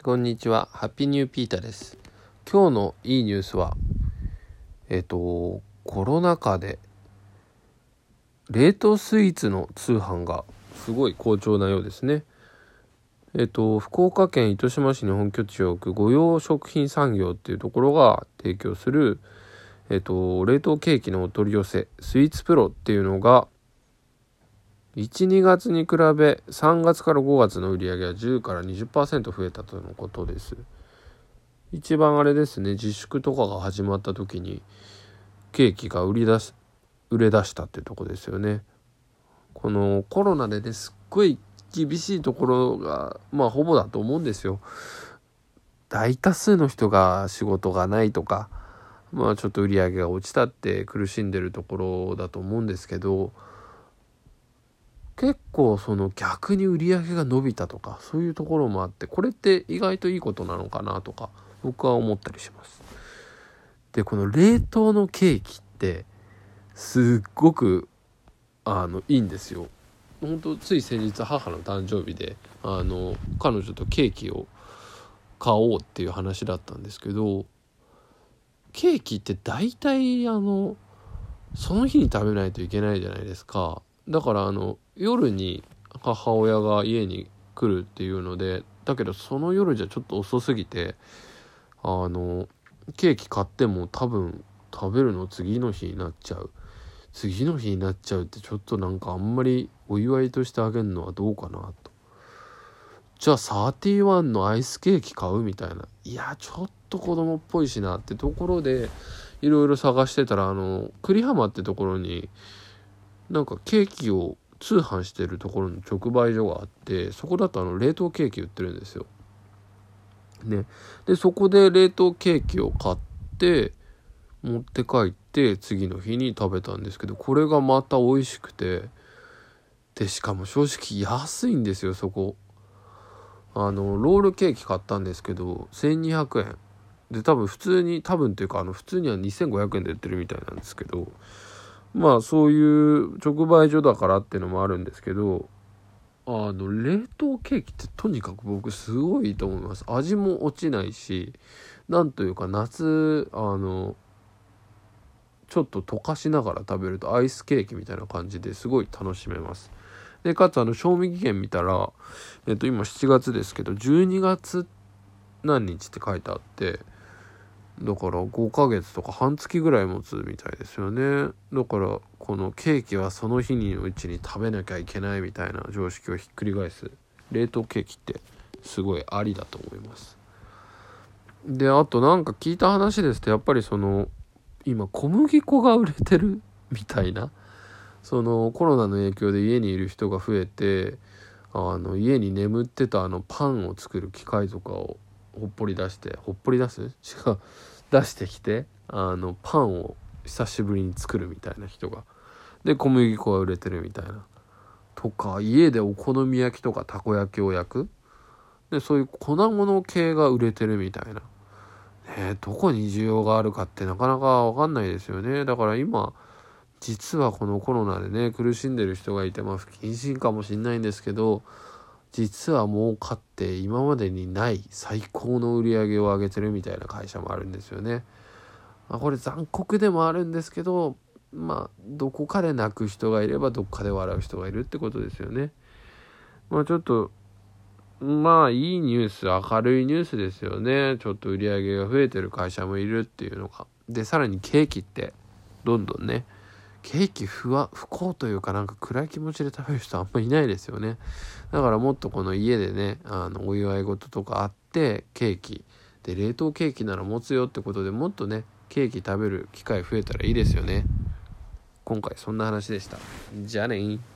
こんにちは、ハッピーニューピーターです。今日のいいニュースは、コロナ禍で冷凍スイーツの通販がすごい好調なようですね。福岡県糸島市に本拠地を置く御用食品産業っていうところが提供する、冷凍ケーキのお取り寄せスイーツプロっていうのが1、2月に比べ3月から5月の売り上げは10から 20% 増えたとのことです。一番あれですね、自粛とかが始まった時にケーキが売れ出したっていうところですよね。このコロナでね、すっごい厳しいところがほぼだと思うんですよ。大多数の人が仕事がないとか、ちょっと売り上げが落ちたって苦しんでるところだと思うんですけど、結構その逆に売り上げが伸びたとかそういうところもあって、これって意外といいことなのかなとか僕は思ったりします。で、この冷凍のケーキってすっごくいいんですよ。本当つい先日母の誕生日で彼女とケーキを買おうっていう話だったんですけど、ケーキって大体その日に食べないといけないじゃないですか。だから夜に母親が家に来るっていうので、だけどその夜じゃちょっと遅すぎてケーキ買っても多分食べるの次の日になっちゃうってちょっとなんかあんまりお祝いとしてあげるのはどうかなと。じゃあ31のアイスケーキ買うみたいな、いやちょっと子供っぽいしなってところでいろいろ探してたら栗浜ってところになんかケーキを通販してるところの直売所があって、そこだと冷凍ケーキ売ってるんですよね。でそこで冷凍ケーキを買って持って帰って次の日に食べたんですけど、これがまた美味しくて、でしかも正直安いんですよ。そこロールケーキ買ったんですけど1200円で、多分っていうか普通には2500円で売ってるみたいなんですけど、そういう直売所だからっていうのもあるんですけど、冷凍ケーキってとにかく僕すごいと思います。味も落ちないし、なんというか夏ちょっと溶かしながら食べるとアイスケーキみたいな感じですごい楽しめます。でかつ賞味期限見たら今7月ですけど12月何日って書いてあって、だから5ヶ月とか半月ぐらい持つみたいですよね。だからこのケーキはその日のうちに食べなきゃいけないみたいな常識をひっくり返す冷凍ケーキってすごいありだと思います。であとなんか聞いた話ですと、やっぱり今小麦粉が売れてるみたいな、コロナの影響で家にいる人が増えて家に眠ってたパンを作る機械とかを出してきてパンを久しぶりに作るみたいな人がで、小麦粉が売れてるみたいなとか、家でお好み焼きとかたこ焼きを焼くで、そういう粉物系が売れてるみたいな、どこに需要があるかってなかなか分かんないですよね。だから今実はこのコロナでね苦しんでる人がいて、不謹慎かもしれないんですけど、実は儲かって今までにない最高の売り上げを上げてるみたいな会社もあるんですよね。これ残酷でもあるんですけど、どこかで泣く人がいればどこかで笑う人がいるってことですよね。ちょっといいニュース、明るいニュースですよね。ちょっと売り上げが増えてる会社もいるっていうのが。でさらにケーキってどんどんね、ケーキ不幸というかなんか暗い気持ちで食べる人あんまいないですよね。だからもっとこの家でねお祝い事とかあってケーキで冷凍ケーキなら持つよってことで、もっとねケーキ食べる機会増えたらいいですよね。今回そんな話でした。じゃあねー。